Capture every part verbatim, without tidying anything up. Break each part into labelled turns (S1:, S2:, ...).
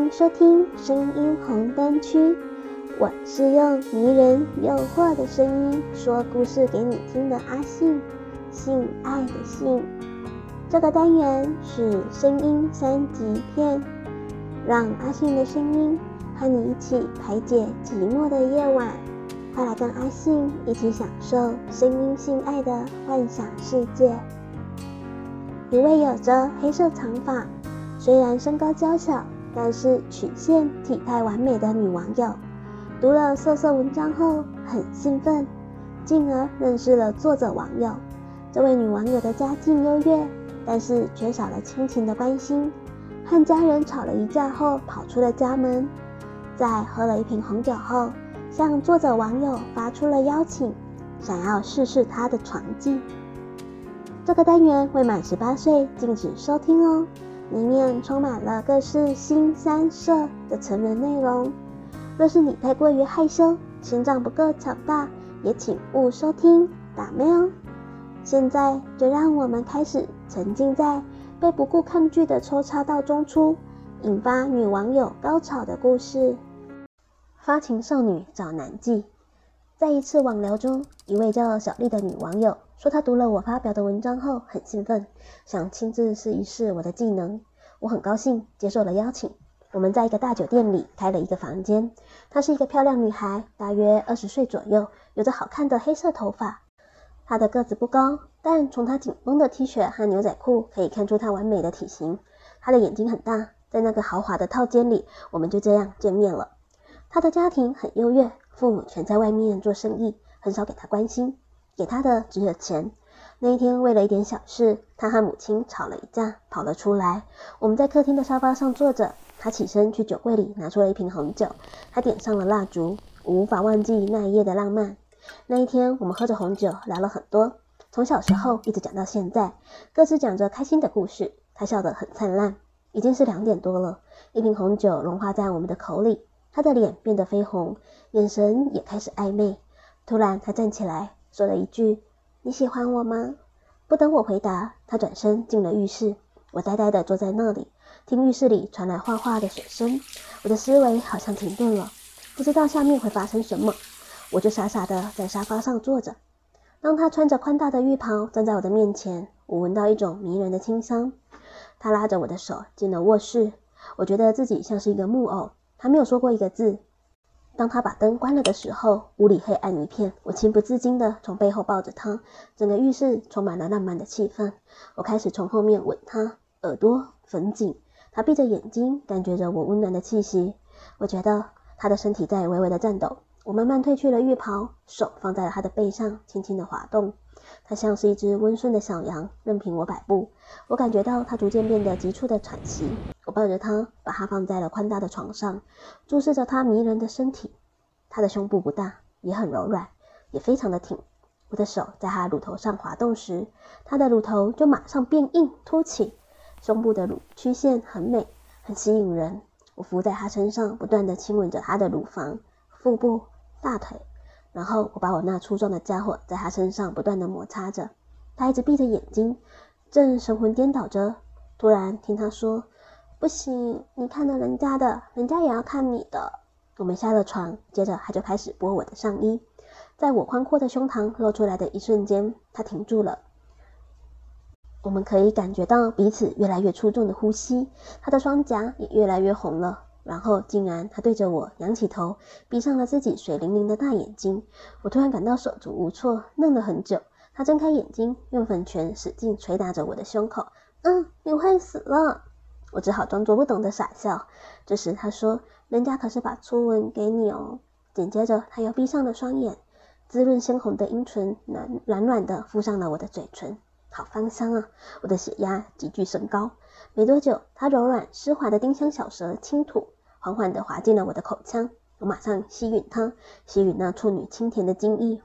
S1: 迎收听声音红灯区，我是用迷人诱惑的声音说故事给你听的阿信，性爱的性。这个单元是声音三级片，让阿信的声音和你一起排解寂寞的夜晚，快来跟阿信一起享受声音性爱的幻想世界。一位有着黑色长发，虽然身高娇小，但是曲线体态完美的女网友，读了色色文章后很兴奋，进而认识了作者网友。这位女网友的家境优越，但是缺少了亲情的关心，和家人吵了一架后跑出了家门，在喝了一瓶红酒后，向作者网友发出了邀请，想要试试她的床技。这个单元未满十八岁禁止收听哦，里面充满了各式腥膻色的成人内容。若是你太过于害羞，心脏不够强大，也请勿收听，打妹哦。现在就让我们开始沉浸在被不顾抗拒的抽插道中出，引发女网友高潮的故事。发情少女找男妓。在一次网聊中，一位叫小丽的女网友说，她读了我发表的文章后很兴奋，想亲自试一试我的技能。我很高兴接受了邀请，我们在一个大酒店里开了一个房间。她是一个漂亮女孩，大约二十岁左右，有着好看的黑色头发。她的个子不高，但从她紧绷的 T 恤和牛仔裤可以看出她完美的体型。她的眼睛很大，在那个豪华的套间里，我们就这样见面了。她的家庭很优越，父母全在外面做生意，很少给她关心，给她的只有钱。那一天为了一点小事，她和母亲吵了一架，跑了出来。我们在客厅的沙发上坐着，她起身去酒柜里拿出了一瓶红酒，她点上了蜡烛，我无法忘记那一夜的浪漫。那一天我们喝着红酒聊了很多，从小时候一直讲到现在，各自讲着开心的故事。她笑得很灿烂。已经是两点多了，一瓶红酒融化在我们的口里，她的脸变得绯红，眼神也开始暧昧。突然她站起来说了一句，你喜欢我吗？不等我回答，她转身进了浴室。我呆呆地坐在那里，听浴室里传来哗哗的水声，我的思维好像停顿了，不知道下面会发生什么，我就傻傻地在沙发上坐着。当她穿着宽大的浴袍站在我的面前，我闻到一种迷人的清香。她拉着我的手进了卧室，我觉得自己像是一个木偶，她没有说过一个字。当她把灯关了的时候，屋里黑暗一片，我情不自禁地从背后抱着她，整个浴室充满了浪漫的气氛。我开始从后面吻她，耳朵、粉颈，她闭着眼睛，感觉着我温暖的气息。我觉得她的身体在微微的颤抖。我慢慢褪去了浴袍，手放在了她的背上，轻轻地滑动。她像是一只温顺的小羊，任凭我摆布。我感觉到她逐渐变得急促的喘息。我抱着她，把她放在了宽大的床上，注视着她迷人的身体。她的胸部不大，也很柔软，也非常的挺。我的手在她乳头上滑动时，她的乳头就马上变硬凸起，胸部的乳曲线很美，很吸引人。我伏在她身上，不断地亲吻着她的乳房、腹部、大腿，然后我把我那粗壮的家伙在她身上不断地摩擦着。她一直闭着眼睛，正神魂颠倒着。突然听她说，不行，你看了人家的，人家也要看你的。我们下了床，接着她就开始剥我的上衣。在我宽阔的胸膛露出来的一瞬间，她停住了。我们可以感觉到彼此越来越出众的呼吸，她的双颊也越来越红了。然后竟然她对着我仰起头，闭上了自己水灵灵的大眼睛。我突然感到手足无措，愣了很久。她睁开眼睛，用粉拳使劲捶打着我的胸口。嗯，你会死了。我只好装作不懂的傻笑。这时她说，人家可是把初吻给你哦。紧接着她又闭上了双眼，滋润鲜红的阴唇软软软的附上了我的嘴唇。好芳香啊！我的血压急剧升高。没多久，她柔软湿滑的丁香小舌轻吐，缓缓地滑进了我的口腔。我马上吸吮她，吸吮那处女清甜的精液。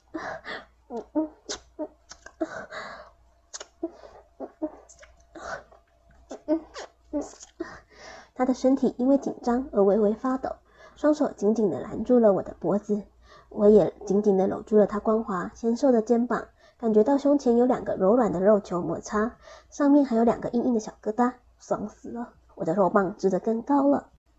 S1: 她的身体因为紧张而微微发抖，双手紧紧地拦住了我的脖子。我也紧紧地搂住了她光滑纤瘦的肩膀，感觉到胸前有两个柔软的肉球摩擦，上面还有两个硬硬的小疙瘩，爽死了！我的肉棒支得更高了。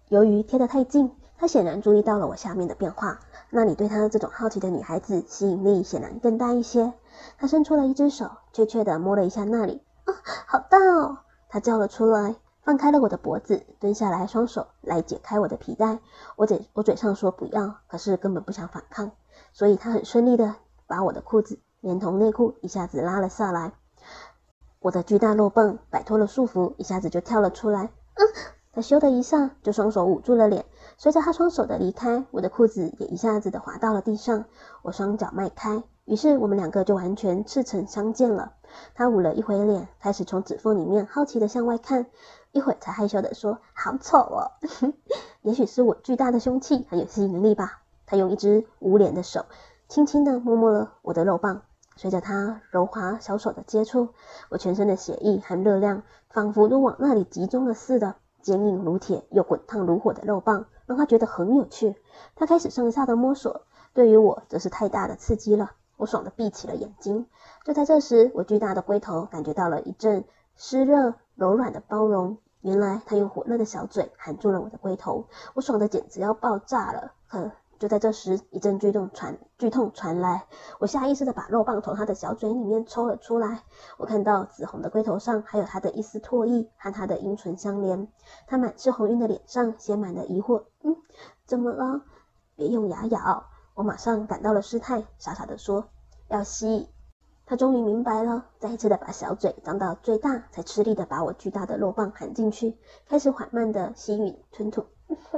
S1: 由于贴得太近，他显然注意到了我下面的变化，那里对他这种好奇的女孩子吸引力显然更大一些。他伸出了一只手，怯怯地摸了一下那里。啊，好大哦！他叫了出来，放开了我的脖子，蹲下来，双手来解开我的皮带。我嘴我嘴上说不要，可是根本不想反抗，所以他很顺利地把我的裤子连同内裤一下子拉了下来。我的巨大肉棒摆脱了束缚，一下子就跳了出来。嗯，他咻的一下就双手捂住了脸，随着他双手的离开，我的裤子也一下子的滑到了地上。我双脚迈开，于是我们两个就完全赤诚相见了。他捂了一回脸，开始从指缝里面好奇的向外看，一会才害羞的说：“好丑哦。”也许是我巨大的凶器很有吸引力吧。他用一只捂脸的手轻轻的摸摸了我的肉棒，随着他柔滑小手的接触，我全身的血液和热量仿佛都往那里集中了似的。坚硬如铁又滚烫如火的肉棒让他觉得很有趣，他开始上下的摸索，对于我则是太大的刺激了。我爽地闭起了眼睛。就在这时，我巨大的龟头感觉到了一阵湿热柔软的包容，原来他用火热的小嘴含住了我的龟头，我爽得简直要爆炸了。可就在这时，一阵剧痛传剧痛传来，我下意识地把肉棒从他的小嘴里面抽了出来。我看到紫红的龟头上还有他的一丝唾液和他的阴唇相连，他满是红晕的脸上写满了疑惑。嗯，怎么了？别用牙咬。我马上感到了失态，傻傻地说：“要吸。”他终于明白了，再一次的把小嘴张到最大，才吃力的把我巨大的肉棒含进去，开始缓慢的吸吮吞吐。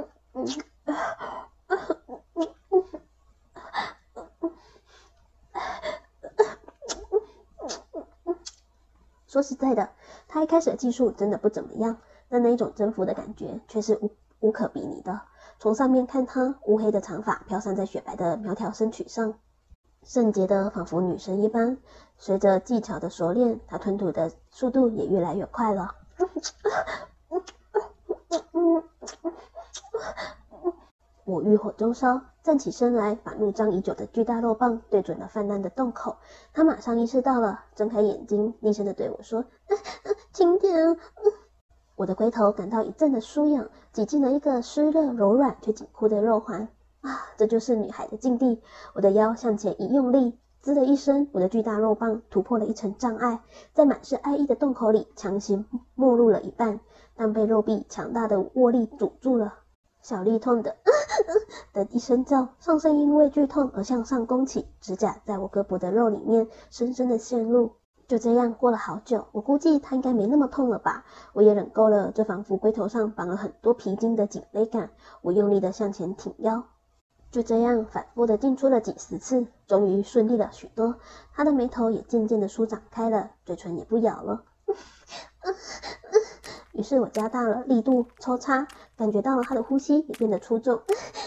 S1: 说实在的，他一开始的技术真的不怎么样，但那一种征服的感觉却是无无可比拟的。从上面看他，乌黑的长发飘散在雪白的苗条身躯上，圣洁的仿佛女神一般。随着技巧的熟练，他吞吐的速度也越来越快了。我欲火中烧，站起身来，把怒张已久的巨大肉棒对准了泛滥的洞口。他马上意识到了，睁开眼睛，厉声地对我说：“轻点。”我的龟头感到一阵的酥痒，挤进了一个湿热柔软却紧箍的肉环。啊，这就是女孩的境地！我的腰向前一用力，滋的一声，我的巨大肉棒突破了一层障碍，在满是爱意的洞口里强行没入了一半，但被肉壁强大的握力阻住了。小丽痛的的一声叫，上身因为剧痛而向上弓起，指甲在我胳膊的肉里面深深的陷入。就这样过了好久，我估计它应该没那么痛了吧。我也忍够了这仿佛龟头上绑了很多皮筋的紧勒感，我用力的向前挺腰。就这样反复的进出了几十次，终于顺利了许多。他的眉头也渐渐的舒展开了，嘴唇也不咬了。于是我加大了力度抽插，感觉到了他的呼吸也变得出众。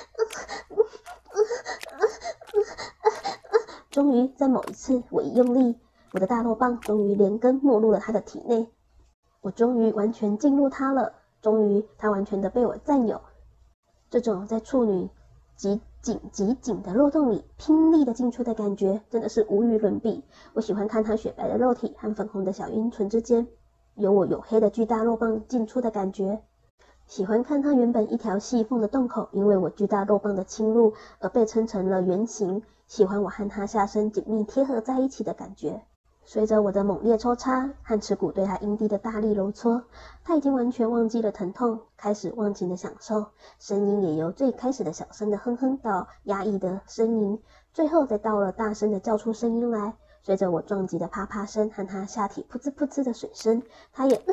S1: 终于在某一次我一用力，我的大肉棒终于连根没入了他的体内，我终于完全进入他了，终于他完全的被我占有。这种在处女极紧极紧的肉洞里拼力的进出的感觉真的是无与伦比。我喜欢看他雪白的肉体和粉红的小阴唇之间有我黝黑的巨大肉棒进出的感觉，喜欢看他原本一条细缝的洞口因为我巨大肉棒的侵入而被撑成了圆形，喜欢我和他下身紧密贴合在一起的感觉。随着我的猛烈抽插和耻骨对他阴蒂的大力揉搓，他已经完全忘记了疼痛，开始忘情的享受，声音也由最开始的小声的哼哼到压抑的呻吟，最后再到了大声的叫出声音来。随着我撞击的啪啪声和他下体噗呲噗呲的水声，他也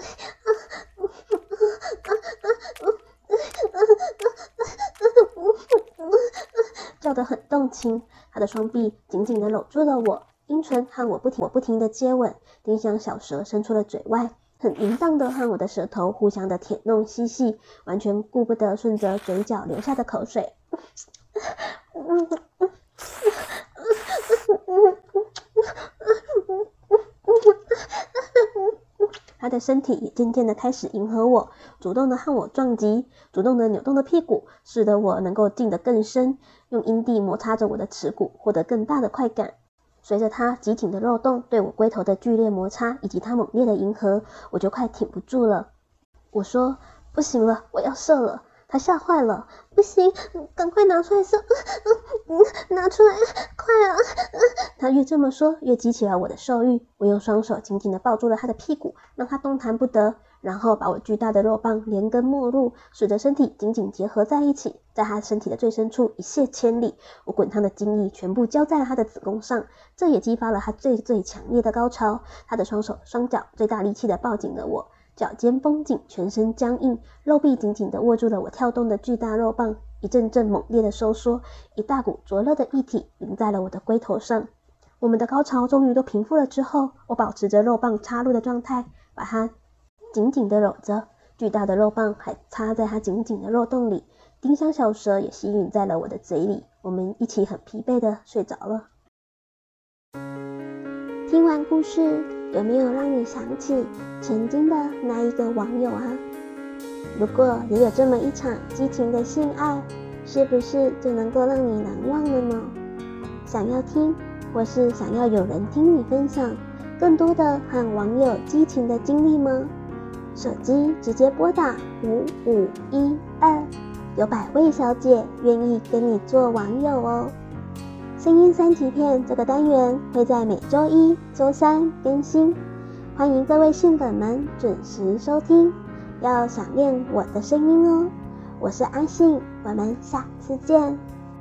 S1: 叫得很动情。他的双臂紧紧地搂住了我，阴唇和我不停我不停的接吻，丁香小舌伸出了嘴外，很淫荡的和我的舌头互相的舔弄嬉戏，完全顾不得顺着嘴角流下的口水。他的身体也渐渐的开始迎合我，主动的和我撞击，主动的扭动的屁股，使得我能够进得更深，用阴蒂摩擦着我的耻骨，获得更大的快感。随着他极挺的肉洞对我龟头的剧烈摩擦，以及他猛烈的迎合，我就快挺不住了。我说：“不行了，我要射了。” 他吓坏了，不行，赶快拿出来射，嗯嗯，拿出来，快啊！他越这么说，越激起了我的兽欲。我用双手紧紧地抱住了他的屁股，让他动弹不得，然后把我巨大的肉棒连根没入，使得身体紧紧结合在一起，在他身体的最深处一泻千里。我滚烫的精液全部浇在了他的子宫上，这也激发了他最最强烈的高潮。他的双手双脚最大力气地抱紧了我，脚尖绷紧，全身僵硬，肉臂紧紧地握住了我跳动的巨大肉棒，一阵阵猛烈的收缩，一大股灼热的液体淋在了我的龟头上。我们的高潮终于都平复了之后，我保持着肉棒插入的状态，把它紧紧地揉着，巨大的肉棒还插在它紧紧的肉洞里，丁香小蛇也吸吮在了我的嘴里。我们一起很疲惫地睡着了。听完故事，有没有让你想起曾经的那一个网友啊？如果也有这么一场激情的性爱，是不是就能够让你难忘了呢？想要听，或是想要有人听你分享更多的和网友激情的经历吗？手机直接拨打五五一二，有百位小姐愿意跟你做网友哦。声音三级片这个单元会在每周一、周三更新，欢迎各位性粉们准时收听，要想念我的声音哦。我是阿信，我们下次见。